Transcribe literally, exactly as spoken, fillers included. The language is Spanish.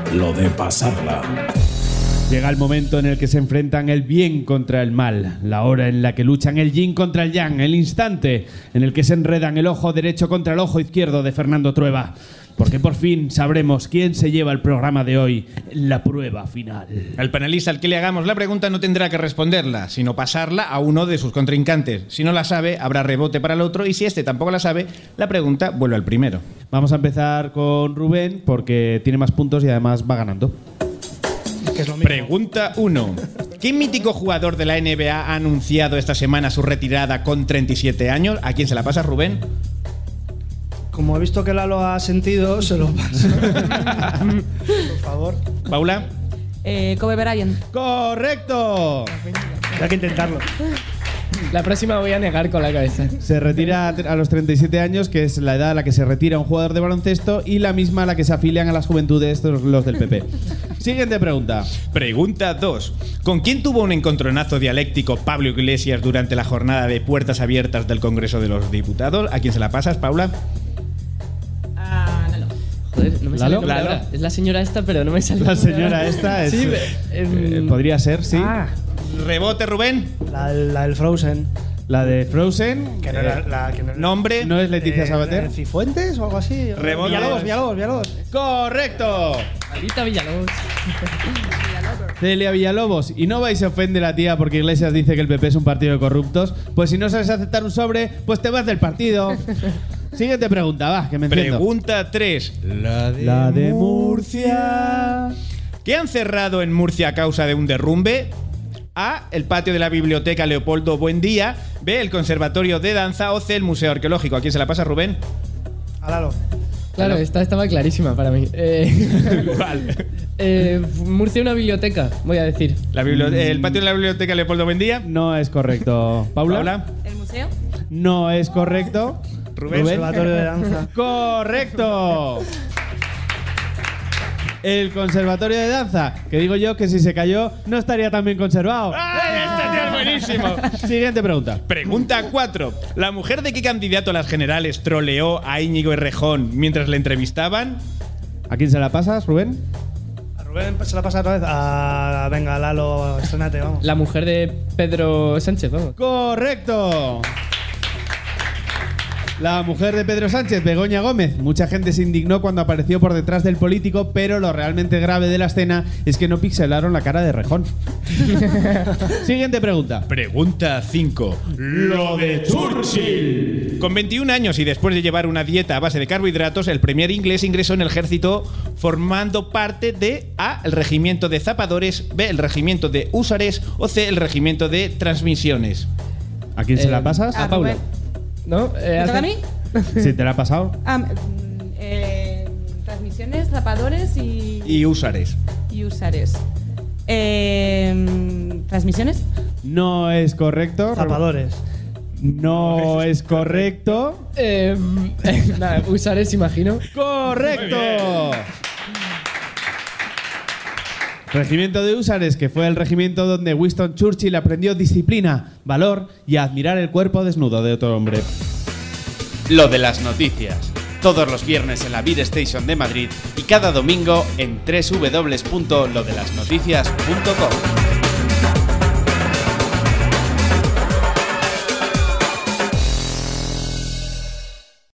lo de pasarla. Llega el momento en el que se enfrentan el bien contra el mal, la hora en la que luchan el yin contra el yang, el instante en el que se enredan el ojo derecho contra el ojo izquierdo de Fernando Trueba. Porque por fin sabremos quién se lleva el programa de hoy en la prueba final. El panelista al que le hagamos la pregunta no tendrá que responderla, sino pasarla a uno de sus contrincantes. Si no la sabe, habrá rebote para el otro, y si este tampoco la sabe, la pregunta vuelve al primero. Vamos a empezar con Rubén porque tiene más puntos y además va ganando. Que es lo mismo. Pregunta uno. ¿Qué mítico jugador de la N B A ha anunciado esta semana su retirada con treinta y siete años? ¿A quién se la pasa, Rubén? Como he visto que Lalo ha sentido, se lo paso. Por favor. ¿Paula? Eh, Kobe Bryant. ¡Correcto! Hay que intentarlo. La próxima voy a negar con la cabeza. Se retira a los treinta y siete años, que es la edad a la que se retira un jugador de baloncesto, y la misma a la que se afilian a las juventudes los, los del P P. Siguiente pregunta. Pregunta dos. ¿Con quién tuvo un encontronazo dialéctico Pablo Iglesias durante la jornada de puertas abiertas del Congreso de los Diputados? ¿A quién se la pasas, Paula? Ah, Lalo. Joder, no me sale ¿Lalo? el nombre ahora. Es la señora esta, pero no me sale. La el nombre señora ahora. esta es... Sí, eh, eh, podría ser, sí. Ah, Rebote, Rubén. La, la del Frozen. La de Frozen. Que no era la que no era- Nombre. ¿No es Leticia Eh, Sabater? ¿Cifuentes o algo así? Rebote. Villalobos, Villalobos, Villalobos. ¡Correcto! maldita Villalobos. Celia Villalobos. Y no vais a ofender a la tía porque Iglesias dice que el P P es un partido de corruptos. Pues si no sabes aceptar un sobre, pues te vas del partido. Siguiente pregunta, va, que me enciendo. Pregunta tres. La de, La de Murcia. ¿Qué han cerrado en Murcia a causa de un derrumbe? A. El patio de la biblioteca Leopoldo Buendía. B. El conservatorio de danza. O C. El museo arqueológico. ¿A quién se la pasa, Rubén? A Lalo. Claro, esta estaba clarísima para mí. Eh, ¿Cuál? eh, Murcia, una biblioteca, voy a decir. La bibli- El patio de la biblioteca Leopoldo Buendía. No es correcto. ¿Paula? Paula. ¿El museo? No es correcto. Rubén. Conservatorio de danza. ¡Correcto! El conservatorio de danza, que digo yo que si se cayó no estaría tan bien conservado. ¡Ay, este tío es buenísimo! Siguiente pregunta. Pregunta cuatro. ¿La mujer de qué candidato a las generales troleó a Íñigo Errejón mientras le entrevistaban? ¿A quién se la pasas, Rubén? A Rubén se la pasa otra vez. A, venga, Lalo, estrenate, vamos. La mujer de Pedro Sánchez, vamos. ¡Correcto! La mujer de Pedro Sánchez, Begoña Gómez. Mucha gente se indignó cuando apareció por detrás del político, pero lo realmente grave de la escena es que no pixelaron la cara de Rejón. Siguiente pregunta. Pregunta cinco. Lo de Churchill. Con veintiún años y después de llevar una dieta a base de carbohidratos, el premier inglés ingresó en el ejército formando parte de A. El regimiento de zapadores, B. El regimiento de húsares o C. El regimiento de transmisiones. ¿A quién se Eh, la pasas? a A Paula. Rubén. ¿No? Eh, ¿Me toca hace- a mí? Si te la ha pasado. Ah, mm, eh, transmisiones, zapadores y, Y húsares. y usares. Eh, ¿Transmisiones? No es correcto. Zapadores. No es correcto. Eh, nada, usares, imagino. ¡Correcto! Regimiento de Húsares, que fue el regimiento donde Winston Churchill aprendió disciplina, valor y a admirar el cuerpo desnudo de otro hombre. Lo de las noticias. Todos los viernes en la Beer Station de Madrid y cada domingo en doble u doble u doble u punto lo de las noticias punto com.